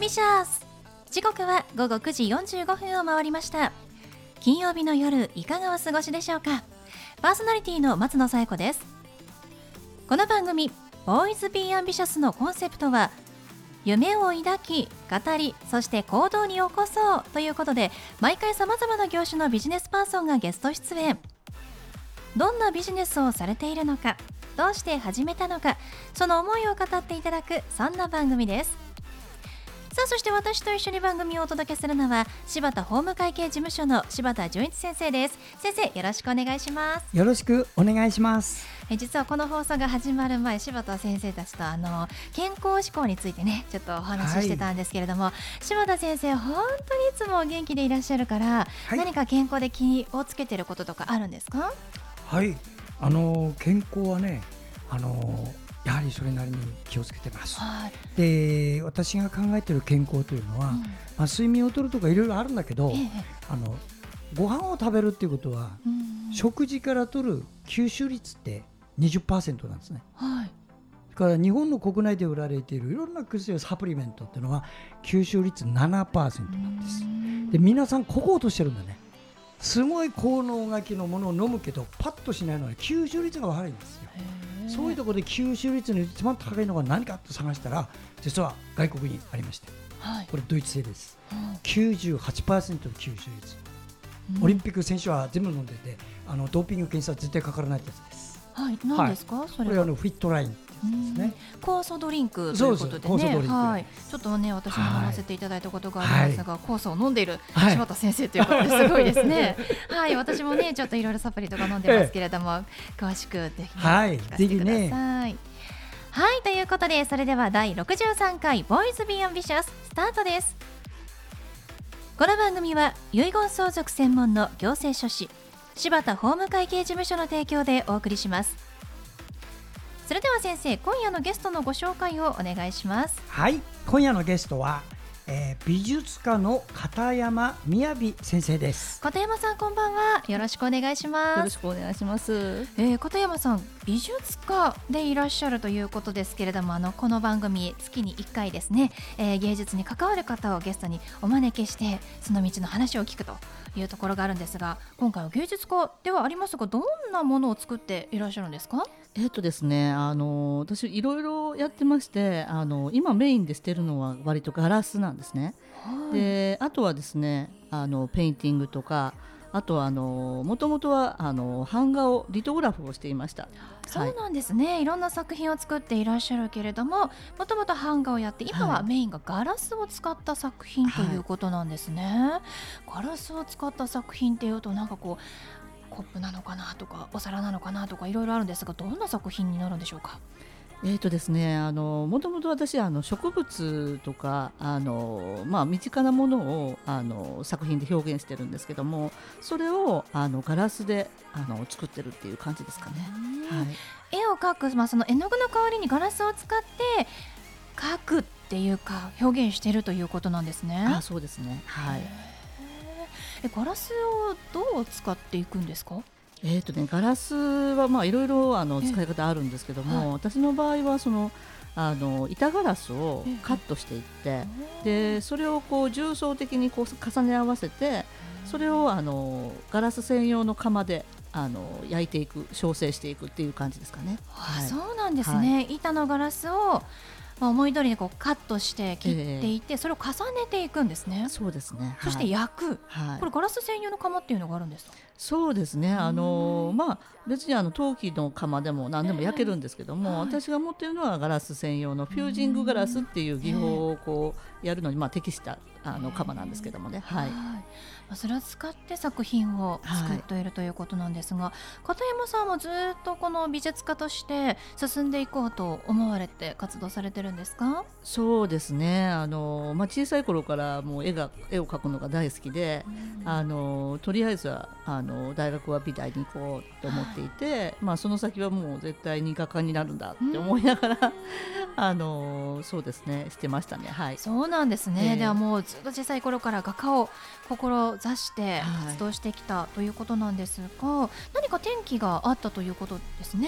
ビシャス。時刻は午後9時45分を回りました。金曜日の夜、いかがお過ごしでしょうか。パーソナリティの松野紗友子です。この番組ボーイズビーアンビシャスのコンセプトは、夢を抱き、語り、そして行動に起こそうということで、毎回様々な業種のビジネスパーソンがゲスト出演。どんなビジネスをされているのか、どうして始めたのか、その思いを語っていただく、そんな番組です。さあ、そして私と一緒に番組をお届けするのは、柴田法務会計事務所の柴田純一先生です。先生、よろしくお願いします。 よろしくお願いします。 実はこの放送が始まる前、柴田先生たちと健康志向についてね、ちょっとお話ししてたんですけれども、柴田先生本当にいつも元気でいらっしゃるから、何か健康で気をつけてることとかあるんですか？ はい、健康はね、やはりそれなりに気をつけてます。で、私が考えている健康というのは、睡眠をとるとかいろいろあるんだけど、ご飯を食べるっていうことは、食事からとる吸収率って 20% なんですね。だから日本の国内で売られているいろんな薬やサプリメントっていうのは吸収率 7% なんです。で、皆さんここ落としてるんだね。すごい効能書きのものを飲むけどパッとしないのは吸収率が悪いんですよ。そういうところで吸収率の一番高いのが何かと探したら、実は外国にありまして、これドイツ製です。98% の吸収率。オリンピック選手は全部飲んでて、ドーピング検査は絶対かからないってやつです。 何ですか、それは。 これはフィットラインってやつですね。 酵素ドリンクということでね。ちょっとね、私も飲ませていただいたことがありますが、酵素を飲んでいる柴田先生ということですごいですね。私もね、ちょっといろいろサプリとか飲んでますけれども、詳しくぜひ聞かせてください。ということで、それでは第63回ボーイズビーアンビシャススタートです。この番組は遺言相続専門の行政書士、柴田法務会計事務所の提供でお送りします。それでは先生、今夜のゲストのご紹介をお願いします。 はい、今夜のゲストは、美術家の片山雅先生です。 片山さん、こんばんは。よろしくお願いします。 よろしくお願いします。 片山さん、美術家でいらっしゃるということですけれども、この番組月に1回ですね、芸術に関わる方をゲストにお招きして、その道の話を聞くというところがあるんですが、今回は芸術家ではありますが、どんなものを作っていらっしゃるんですか？ ですね、私いろいろやってまして、今メインでしてるのは割とガラスなんですね。で、あとはですね、ペインティングとか、あとはもともとは版画をリトグラフをしていました。 そうなんですね。いろんな作品を作っていらっしゃるけれども、もともと版画をやって、今はメインがガラスを使った作品ということなんですね。ガラスを使った作品っていうと、なんかこうコップなのかなとかお皿なのかなとかいろいろあるんですが、どんな作品になるんでしょうか？ ですね、もともと私植物とか身近なものを作品で表現してるんですけども、それをガラスで作ってるっていう感じですかね。 絵を描く、その絵の具の代わりにガラスを使って描くっていうか表現してるということなんですね。 そうですね。 ガラスをどう使っていくんですか？ ガラスはいろいろ使い方あるんですけども、私の場合は板ガラスをカットしていって、でそれをこう重層的にこう重ね合わせて、それをガラス専用の窯で焼いていく、焼成していくっていう感じですかね。 そうなんですね。板のガラスを思い通りにこうカットして切っていって、それを重ねていくんですね。 そうですね。 そして焼く、これガラス専用の窯っていうのがあるんですか？ そうですね。別に陶器の窯でも何でも焼けるんですけども、私が持っているのはガラス専用のフュージングガラスっていう技法をこうやるのに適した窯なんですけどもね。 それを使って作品を作っているということなんですが、片山さんもずっとこの美術家として進んでいこうと思われて活動されてるんですか？ そうですね。小さい頃からもう絵を描くのが大好きで、とりあえずは大学は美大に行こうと思っていて、その先はもう絶対に画家になるんだって思いながらそうですね、してましたね。 そうなんですね。ではもうずっと小さい頃から画家を志して活動してきたということなんですが、何か転機があったということですね。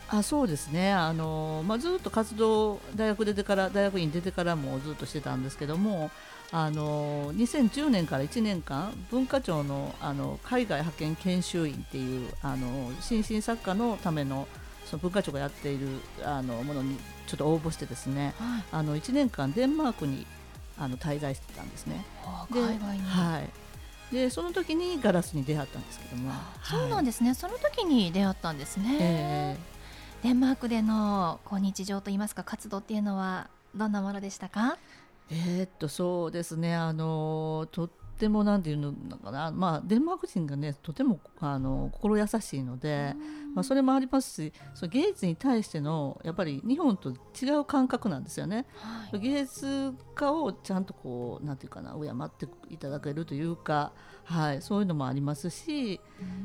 そうですね、ずっと活動大学院出てからもずっとしてたんですけども、2010年から1年間文化庁の、海外派遣研修員っていう新進作家のためのその文化庁がやっているものにちょっと応募してですね、はい、1年間デンマークに滞在してたんですね。 で、海外に、 はい、でその時にガラスに出会ったんですけども、 そうなんですね、はい、その時に出会ったんですね。デンマークでの日常といいますか活動っていうのはどんなものでしたか？ そうですね、とってもなんていうのかな、デンマーク人がねとても心優しいので、それもありますし、その芸術に対してのやっぱり日本と違う感覚なんですよね、はい、芸術家をちゃんとなんていうかな敬っていただけるというか、はい、そういうのもありますし、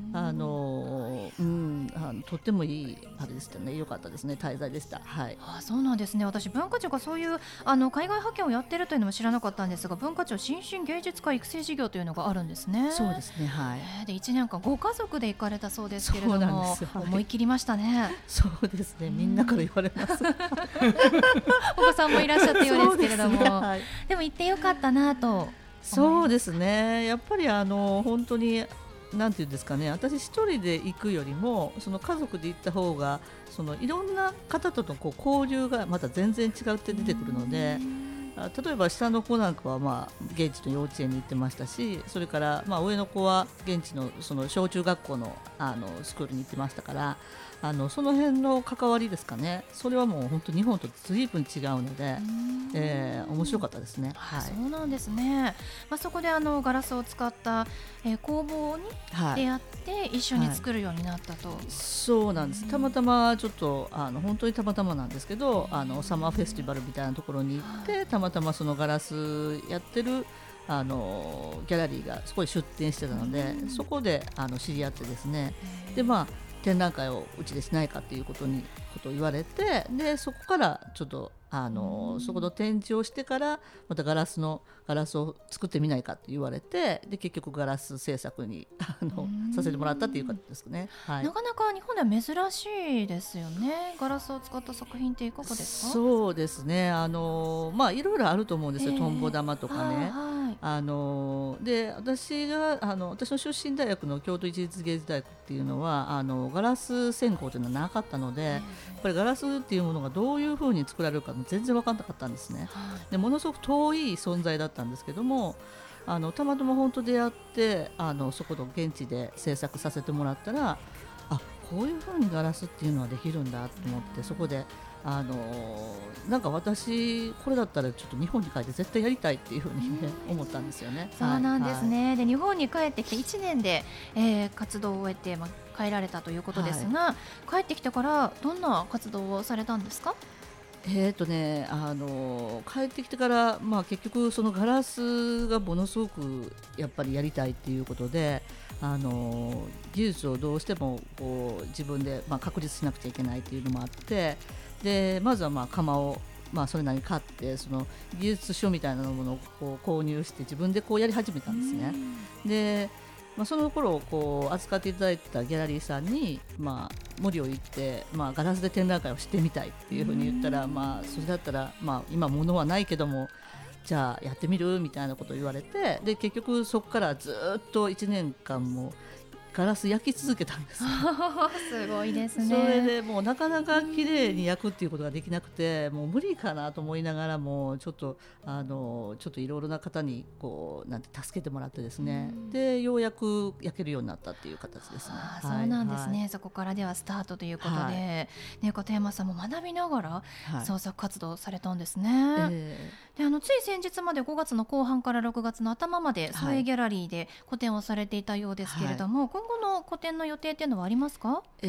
とってもいいあれでしたね。良かったですね、滞在でした、はい。 そうなんですね。私文化庁がそういう海外派遣をやってるというのも知らなかったんですが、文化庁新進芸術家育成事業というのがあるんですね。 そうですね、はい。 で1年間ご家族で行かれたそうですけれども、はい、思い切りましたね。 そうですね、みんなから言われますお子さんもいらっしゃったようですけれども、はい、でも行ってよかったなと。 そうですね、やっぱり本当になんていうんですかね、私一人で行くよりもその家族で行った方がいろんな方との交流がまた全然違って出てくるので、例えば下の子なんかは現地の幼稚園に行ってましたし、それから上の子は現地のその小中学校のスクールに行ってましたから、その辺の関わりですかね、それはもう本当日本と随分違うので、面白かったですね。はい、 そうなんですね。そこでガラスを使った、工房に出会って一緒に作るようになったと。 そうなんです。たまたまちょっと本当にたまたまなんですけど、サマーフェスティバルみたいなところに行って、たまたまそのガラスやってるギャラリーがそこに出店してたので、そこで知り合ってですね、で展覧会をうちでしないかっていうことを言われて、でそこからちょっとそこの展示をしてからまたガラスを作ってみないかって言われて、で結局ガラス制作にさせてもらったっていう感じですね。はい、 なかなか日本では珍しいですよね。ガラスを使った作品っていかがですか？ そうですね、いろいろあると思うんですよ、トンボ玉とかね。で私の出身大学の京都市立芸術大学っていうのはガラス専攻というのはなかったので、やっぱりガラスっていうものがどういうふうに作られるか全然分からなかったんですね。でものすごく遠い存在だったんですけども、たまたま本当出会ってそこの現地で制作させてもらったら、こういうふうにガラスっていうのはできるんだと思って、そこでなんか私これだったらちょっと日本に帰って絶対やりたいっていうふうに、思ったんですよね。 そうなんですね。で日本に帰ってきて1年で、活動を終えて、帰られたということですが、帰ってきてからどんな活動をされたんですか？ 帰ってきてから、結局そのガラスがものすごくやっぱりやりたいっていうことで、技術をどうしても自分で確立しなくちゃいけないっていうのもあって、でまずは窯をそれなりに買って、その技術書みたいなものを購入して自分でやり始めたんですね。でその頃扱っていただいたギャラリーさんに、森を行って、ガラスで展覧会をしてみたいっていうふうに言ったら、それだったら、今物はないけどもじゃあやってみるみたいなことを言われて、で結局そこからずっと1年間もガラス焼き続けたんですすごいですね。 それでもうなかなか綺麗に焼くっていうことができなくて、もう無理かなと思いながらもちょっといろいろな方になんて助けてもらってですね、でようやく焼けるようになったっていう形ですね。 そうなんですね。そこからではスタートということで、片山さんも学びながら創作活動されたんですね。でつい先日まで5月の後半から6月の頭まで創営ギャラリーで個展をされていたようですけれども、今後の個展の予定っていうのはありますか？ 秋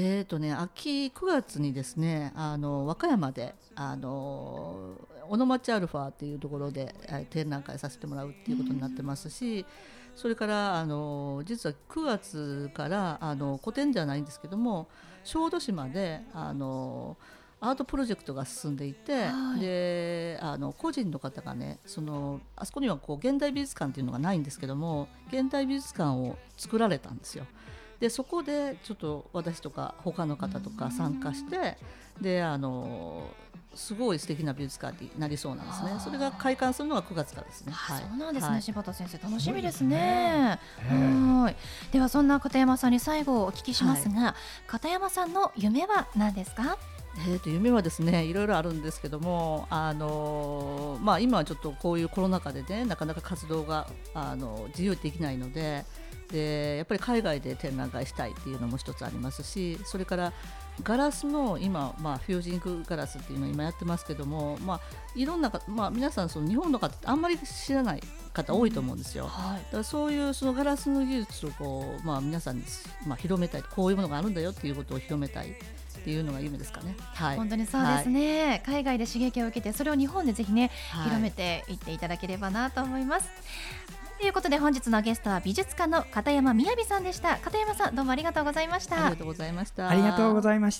9月にですね、和歌山で小野町アルファっていうところで展覧会させてもらうっていうことになってますし、それから実は9月から個展じゃないんですけども、小豆島でアートプロジェクトが進んでいて、で個人の方がね、あそこには現代美術館っていうのがないんですけども、現代美術館を作られたんですよ。 でそこでちょっと私とか他の方とか参加して、ですごい素敵な美術館になりそうなんですね。それが開館するのが9月からですね。 そうなんですね、柴田先生楽しみですね。はい、ではそんな片山さんに最後お聞きしますが、片山さんの夢は何ですか？ 夢はですねいろいろあるんですけども、今はちょっとこういうコロナ禍でねなかなか活動が自由にできないので、やっぱり海外で展覧会したいっていうのも一つありますし、それからガラスの今、フュージングガラスっていうのを今やってますけども、いろんな、皆さんその日本の方ってあんまり知らない方多いと思うんですよ。だからそういうそのガラスの技術をこう、皆さんに、広めたい、こういうものがあるんだよっていうことを広めたいっていうのが夢ですかね。 本当にそうですね、海外で刺激を受けてそれを日本でぜひね、広めていっていただければなと思います。ということで本日のゲストは美術家の片山みやびさんでした。片山さんどうもありがとうございました。 ありがとうございました。 ありがとうございました。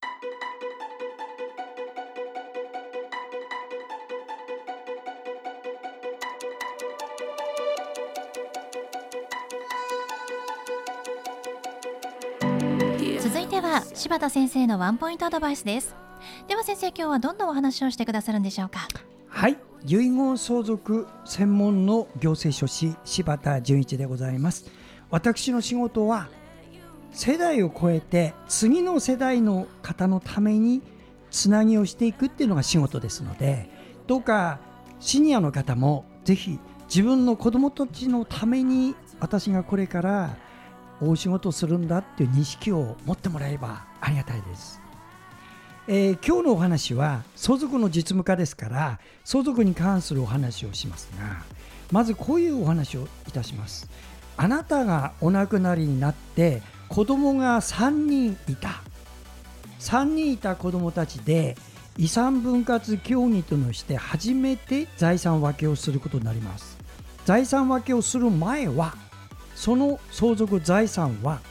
続いては柴田先生のワンポイントアドバイスです。では先生、今日はどんなお話をしてくださるんでしょうか？ はい、遺言相続専門の行政書士柴田純一でございます。私の仕事は世代を超えて次の世代の方のためにつなぎをしていくっていうのが仕事ですので、どうかシニアの方もぜひ自分の子どもたちのために私がこれから大仕事をするんだっていう認識を持ってもらえればありがたいです。今日のお話は相続の実務家ですから相続に関するお話をしますが、まずこういうお話をいたします。あなたがお亡くなりになって子供が3人いた子供たちで遺産分割協議として初めて財産分けをすることになります。財産分けをする前はその相続財産は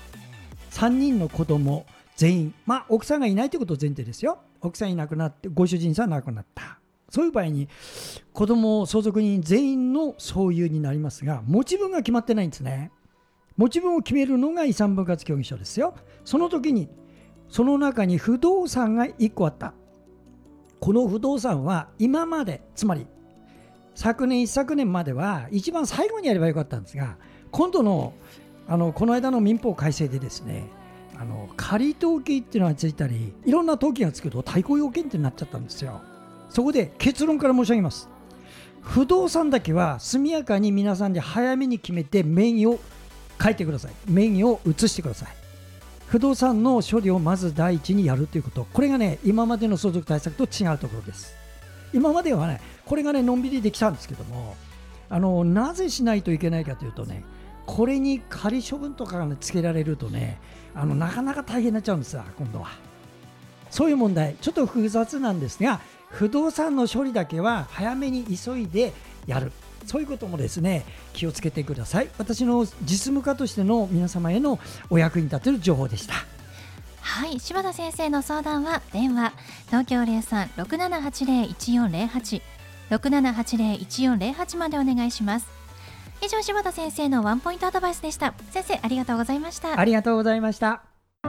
3人の子供全員、奥さんがいないということを前提ですよ。奥さんいなくなってご主人さん亡くなった、そういう場合に子供相続人全員の相違になりますが、持ち分が決まってないんですね。持ち分を決めるのが遺産分割協議書ですよ。その時にその中に不動産が1個あった。この不動産は今まで、つまり昨年一昨年までは一番最後にやればよかったんですが、今度のこの間の民法改正でですね、仮登記っていうのがついたりいろんな登記がつくと対抗要件ってなっちゃったんですよ。そこで結論から申し上げます。不動産だけは速やかに皆さんで早めに決めて名義を書いてください。名義を移してください。不動産の処理をまず第一にやるということ、これがね今までの相続対策と違うところです。今まではねこれがねのんびりできたんですけども、なぜしないといけないかというとね、これに仮処分とかが、ね、つけられるとねなかなか大変になっちゃうんですよ。今度はそういう問題ちょっと複雑なんですが、不動産の処理だけは早めに急いでやる、そういうこともですね気をつけてください。私の実務家としての皆様へのお役に立てる情報でした。 はい、柴田先生の相談は電話東京03-6780-1408 6780-1408までお願いします。以上、柴田先生のワンポイントアドバイスでした。先生ありがとうございました。 ありがとうございました。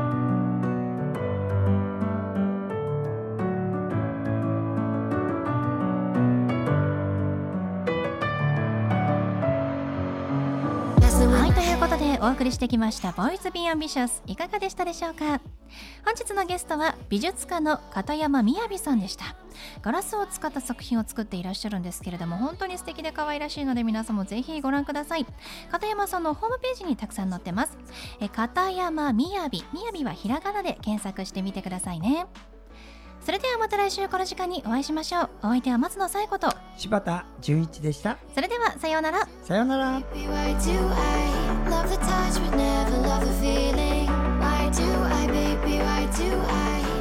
はい、ということでお送りしてきましたボーイズビーアンビシャス、いかがでしたでしょうか？本日のゲストは美術家の片山みやびさんでした。ガラスを使った作品を作っていらっしゃるんですけれども、本当に素敵で可愛らしいので皆さんもぜひご覧ください。片山さんのホームページにたくさん載ってます。片山みやび、みやびはひらがなで検索してみてくださいね。それではまた来週この時間にお会いしましょう。お相手は松野紗友子と柴田純一でした。 それではさようなら。 さようなら。 Why do I love the touch but never love the feeling? Why do I, baby, why do I?